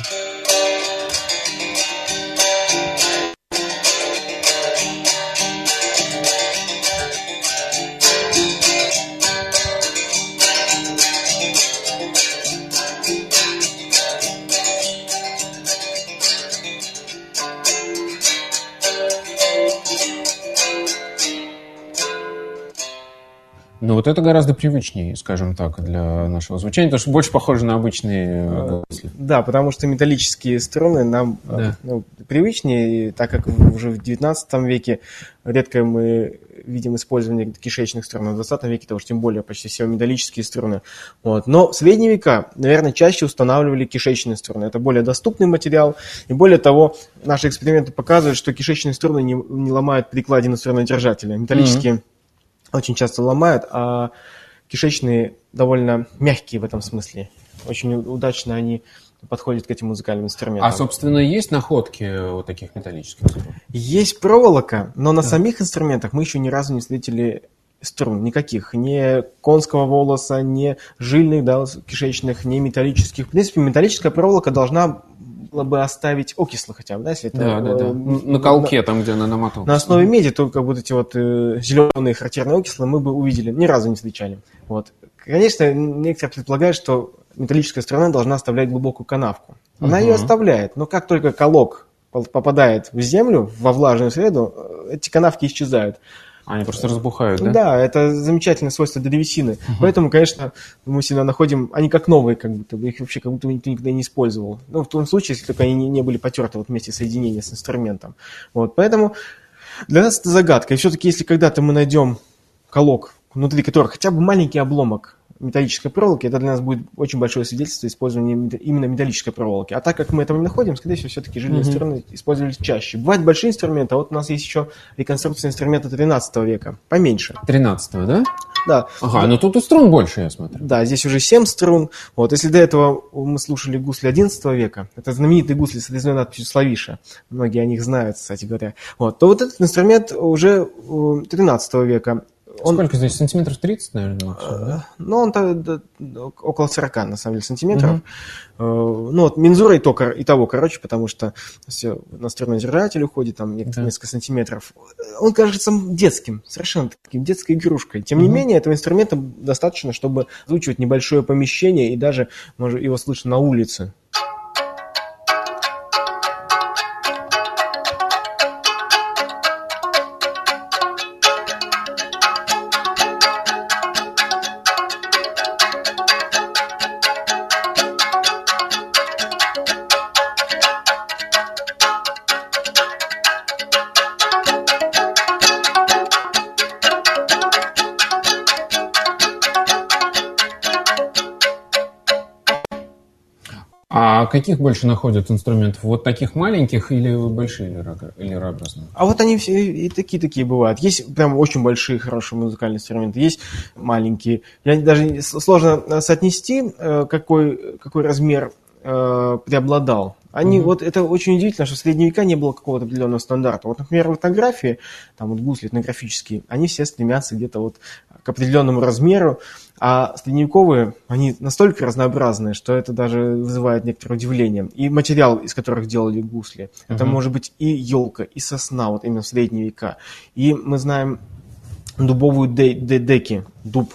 Ну вот это гораздо привычнее, скажем так, для нашего звучания, потому что больше похоже на обычные гусли. Да, потому что металлические струны нам да. ну, привычнее, так как уже в девятнадцатом веке редко мы видим использование кишечных струн, а в двадцатом веке тоже тем более почти все металлические струны. Вот. Но в средние века, наверное, чаще устанавливали кишечные струны. Это более доступный материал, и более того, наши эксперименты показывают, что кишечные струны не, не ломают перекладины струнодержателя. Металлические mm-hmm. очень часто ломают, а кишечные довольно мягкие в этом смысле. Очень удачно они подходят к этим музыкальным инструментам. А, собственно, есть находки вот таких металлических струн? Есть проволока, но на да. самих инструментах мы еще ни разу не встретили струн никаких. Ни конского волоса, ни жильных, да, кишечных, ни металлических. В принципе, металлическая проволока должна бы оставить окислы хотя бы, да, если это... Да, да, да. На колке, на, там, где она намоталась. На основе меди, только вот эти вот э, зеленые характерные окислы мы бы увидели. Ни разу не встречали. Вот. Конечно, некоторые предполагают, что металлическая струна должна оставлять глубокую канавку. Она uh-huh. ее оставляет, но как только колок попадает в землю, во влажную среду, эти канавки исчезают. Они просто разбухают, да? Да, это замечательное свойство древесины. Uh-huh. Поэтому, конечно, мы всегда находим, они как новые, как будто бы, их вообще как будто бы никто никогда не использовал. Ну, в том случае, если только они не, не были потерты вот вместе соединения с инструментом. Вот, поэтому для нас это загадка. И все-таки, если когда-то мы найдем колок, внутри которого хотя бы маленький обломок металлической проволоки, это для нас будет очень большое свидетельство использования именно металлической проволоки. А так как мы этого не находим, скорее всего, все-таки жильные mm-hmm. струны использовались чаще. Бывают большие инструменты, а вот у нас есть еще реконструкция инструмента тринадцатого века, поменьше. тринадцатого, да? Да. Ага, но тут и струн больше, я смотрю. Да, здесь уже семь струн. Вот, если до этого мы слушали гусли одиннадцатого века, это знаменитые гусли с отрезной надписью «Славиша», многие о них знают, кстати говоря, вот, то вот этот инструмент уже тринадцатого века. Он... Сколько здесь? Сантиметров тридцать, наверное, максимум, да? Ну, он-то около сорока, на самом деле, сантиметров. Uh-huh. Ну, вот мензура и, то, и того короче, потому что все на струнный держатель уходит, там несколько, uh-huh. несколько сантиметров. Он кажется детским, совершенно таким детской игрушкой. Тем uh-huh. не менее, этого инструмента достаточно, чтобы озвучивать небольшое помещение, и даже может, его слышно на улице. А каких больше находят инструментов? Вот таких маленьких или большие, или разные? А вот они все и такие-такие бывают. Есть прям очень большие, хорошие музыкальные инструменты, есть маленькие. Я даже сложно соотнести, какой, какой размер преобладал. Они, mm-hmm. вот это очень удивительно, что в средние века не было какого-то определенного стандарта. Вот, например, в этнографии, там вот гусли этнографические, они все стремятся где-то вот к определенному размеру, а средневековые, они настолько разнообразные, что это даже вызывает некоторое удивление. И материал, из которых делали гусли, mm-hmm. это может быть и елка, и сосна, вот именно в средние века. И мы знаем дубовую де- де- деки, дуб.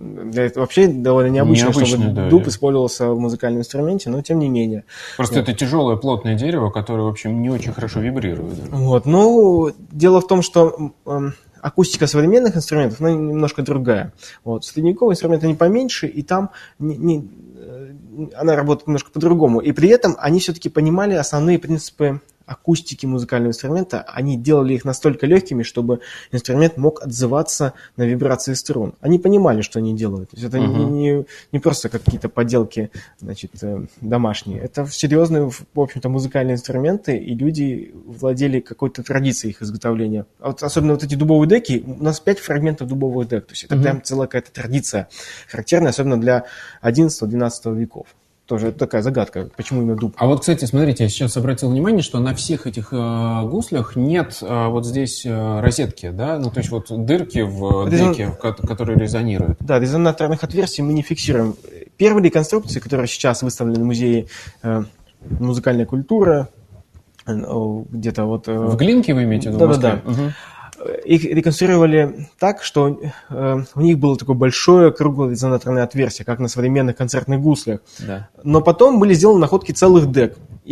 Это вообще довольно необычно, необычно чтобы да, дуб да. использовался в музыкальном инструменте, но тем не менее. Просто вот. Это тяжелое, плотное дерево, которое, в общем, не очень хорошо вибрирует. Да? Вот. Ну, дело в том, что э, акустика современных инструментов, она немножко другая. Вот. Средневековые инструменты они поменьше, и там не, не, э, она работает немножко по-другому. И при этом они все-таки понимали основные принципы акустики музыкального инструмента, они делали их настолько легкими, чтобы инструмент мог отзываться на вибрации струн. Они понимали, что они делают. То есть это uh-huh. не, не просто какие-то поделки, значит, домашние. Это серьезные, в общем-то, музыкальные инструменты, и люди владели какой-то традицией их изготовления. А вот особенно вот эти дубовые деки, у нас пять фрагментов дубовых дек. То есть это uh-huh. прям целая какая-то традиция, характерная, особенно для одиннадцатого-двенадцатого веков. Тоже такая загадка, почему именно дуб. А вот, кстати, смотрите, я сейчас обратил внимание, что на всех этих э, гуслях нет э, вот здесь э, розетки, да? Ну, то есть вот дырки в Резон... деке, которые резонируют. Да, резонаторных отверстий мы не фиксируем. Первые реконструкции, которые сейчас выставлены в музее э, музыкальной культуры, э, где-то вот... Э, в Глинке вы имеете в виду? Да-да-да. Угу. Их реконструировали так, что э, у них было такое большое круглое резонаторное отверстие, как на современных концертных гуслях. Да. Но потом были сделаны находки целых дек. И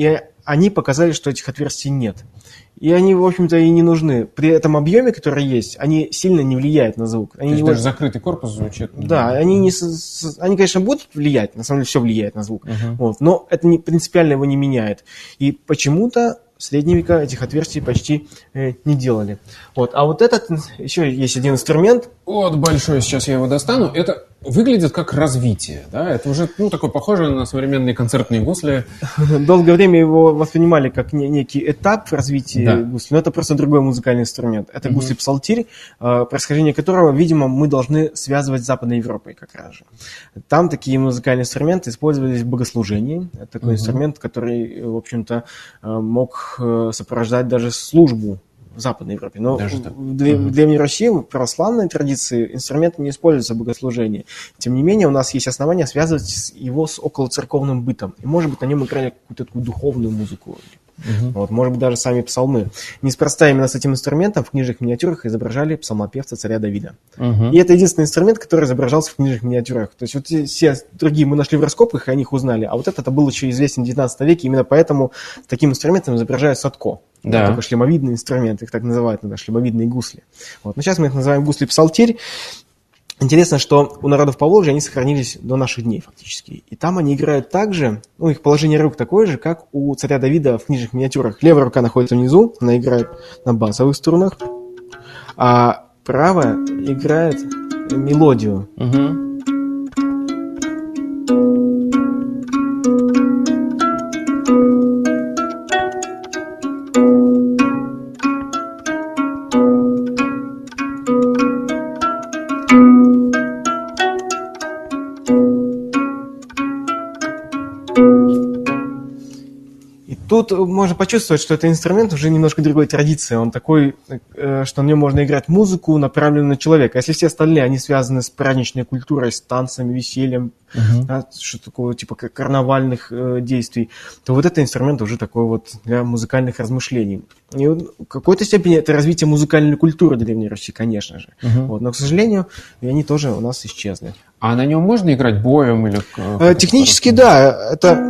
они показали, что этих отверстий нет. И они, в общем-то, и не нужны. При этом объеме, который есть, они сильно не влияют на звук. Они То есть не даже вот... закрытый корпус звучит? Да, они, не... они, конечно, будут влиять, на самом деле все влияет на звук, uh-huh. вот, но это не, принципиально его не меняет. И почему-то в средние века этих отверстий почти э, не делали. Вот. А вот этот, еще есть один инструмент. Вот большой, сейчас я его достану. Это выглядит как развитие, да? Это уже, ну, такое похоже на современные концертные гусли. Долгое время его воспринимали как не, некий этап развития да. гусли, но это просто другой музыкальный инструмент. Это угу. гусли-псалтирь, э, происхождение которого, видимо, мы должны связывать с Западной Европой как раз же. Там такие музыкальные инструменты использовались в богослужении. Это такой угу. инструмент, который, в общем-то, э, мог э, сопровождать даже службу в Западной Европе. Но в, в Древней Руси, в православной традиции, инструмент не используется в богослужении. Тем не менее, у нас есть основания связывать его с околоцерковным бытом. И, может быть, на нем играли какую-то такую духовную музыку. Uh-huh. Вот, может быть, даже сами псалмы. Неспроста именно с этим инструментом в книжных миниатюрах изображали псалмопевца царя Давида. Uh-huh. И это единственный инструмент, который изображался в книжных миниатюрах. То есть вот все другие мы нашли в раскопках, и о них узнали. А вот этот был еще известен в девятнадцатом веке. Именно поэтому таким инструментом изображают садко. Да. Такой шлемовидный инструмент, их так называют, иногда шлемовидные гусли. Вот. Но сейчас мы их называем гусли-псалтирь. Интересно, что у народов Поволжья они сохранились до наших дней фактически. И там они играют так же, ну, их положение рук такое же, как у царя Давида в книжных миниатюрах. Левая рука находится внизу, она играет на басовых струнах, а правая играет мелодию. Угу. Тут можно почувствовать, что это инструмент уже немножко другой традиции. Он такой, что на нем можно играть музыку, направленную на человека. Если все остальные, они связаны с праздничной культурой, с танцами, весельем, uh-huh. да, что такого типа карнавальных э, действий, то вот этот инструмент уже такой вот для музыкальных размышлений. И вот в какой-то степени это развитие музыкальной культуры Древней Руси, конечно же. Uh-huh. Вот, но, к сожалению, они тоже у нас исчезли. А на нем можно играть боем или... Э, технически, да. Это...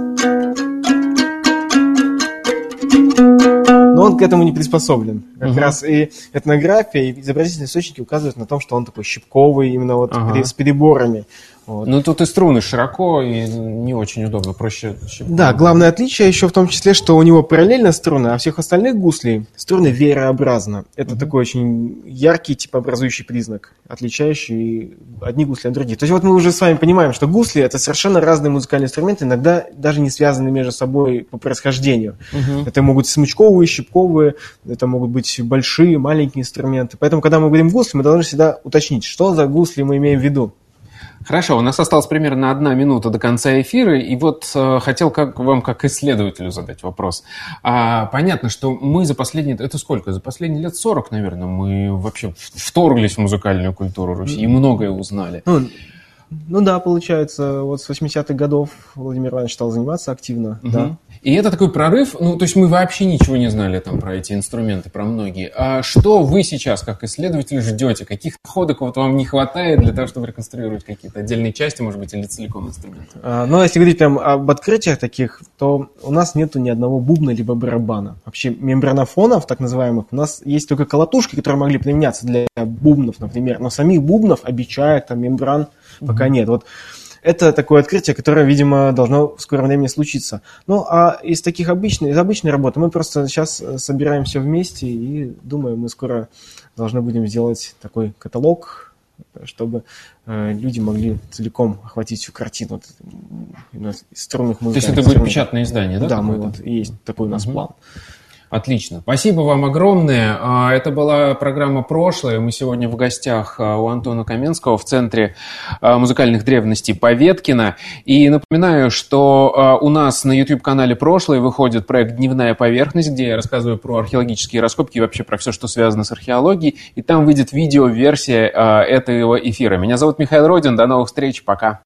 Но он к этому не приспособлен. Как uh-huh. раз и этнография, и изобразительные источники указывают на том, что он такой щипковый, именно вот uh-huh. с переборами. Вот. Ну, тут и струны широко, и не очень удобно, проще щипковый. Да, главное отличие еще в том числе, что у него параллельно струны, а всех остальных гуслей струны веерообразно. Это uh-huh. такой очень яркий типообразующий признак, отличающий одни гусли от других. То есть вот мы уже с вами понимаем, что гусли — это совершенно разные музыкальные инструменты, иногда даже не связаны между собой по происхождению. Uh-huh. Это могут быть смычковые, щипковые, это могут быть большие, маленькие инструменты. Поэтому, когда мы говорим гусли, мы должны всегда уточнить, что за гусли мы имеем в виду. Хорошо, у нас осталось примерно одна минута до конца эфира, и вот э, хотел как, вам как исследователю задать вопрос. А, понятно, что мы за последние... Это сколько? За последние лет сорок, наверное, мы вообще вторглись в музыкальную культуру Руси и многое узнали. Ну, ну да, получается, вот с восьмидесятых годов Владимир Иванович стал заниматься активно, угу. да. И это такой прорыв, ну, то есть мы вообще ничего не знали там про эти инструменты, про многие. А что вы сейчас, как исследователь, ждете? Каких находок вот вам не хватает для того, чтобы реконструировать какие-то отдельные части, может быть, или целиком инструменты? А, ну, если говорить прям об открытиях таких, то у нас нету ни одного бубна либо барабана. Вообще мембранофонов, так называемых, у нас есть только колотушки, которые могли применяться для бубнов, например. Но самих бубнов, обечаек, там, мембран пока mm-hmm. нет. Вот. Это такое открытие, которое, видимо, должно в скором времени случиться. Ну, а из таких обычных, из обычной работы мы просто сейчас собираем все вместе и думаю, мы скоро должны будем сделать такой каталог, чтобы э, люди могли целиком охватить всю картину струнных музыкальных. То есть это будет печатное издание, да? Да, мы, вот, есть такой у нас угу. план. Отлично. Спасибо вам огромное. Это была программа «Прошлое». Мы сегодня в гостях у Антона Каменского в Центре музыкальных древностей Поветкино. И напоминаю, что у нас на YouTube-канале «Прошлое» выходит проект «Дневная поверхность», где я рассказываю про археологические раскопки и вообще про все, что связано с археологией. И там выйдет видео-версия этого эфира. Меня зовут Михаил Родин. До новых встреч. Пока.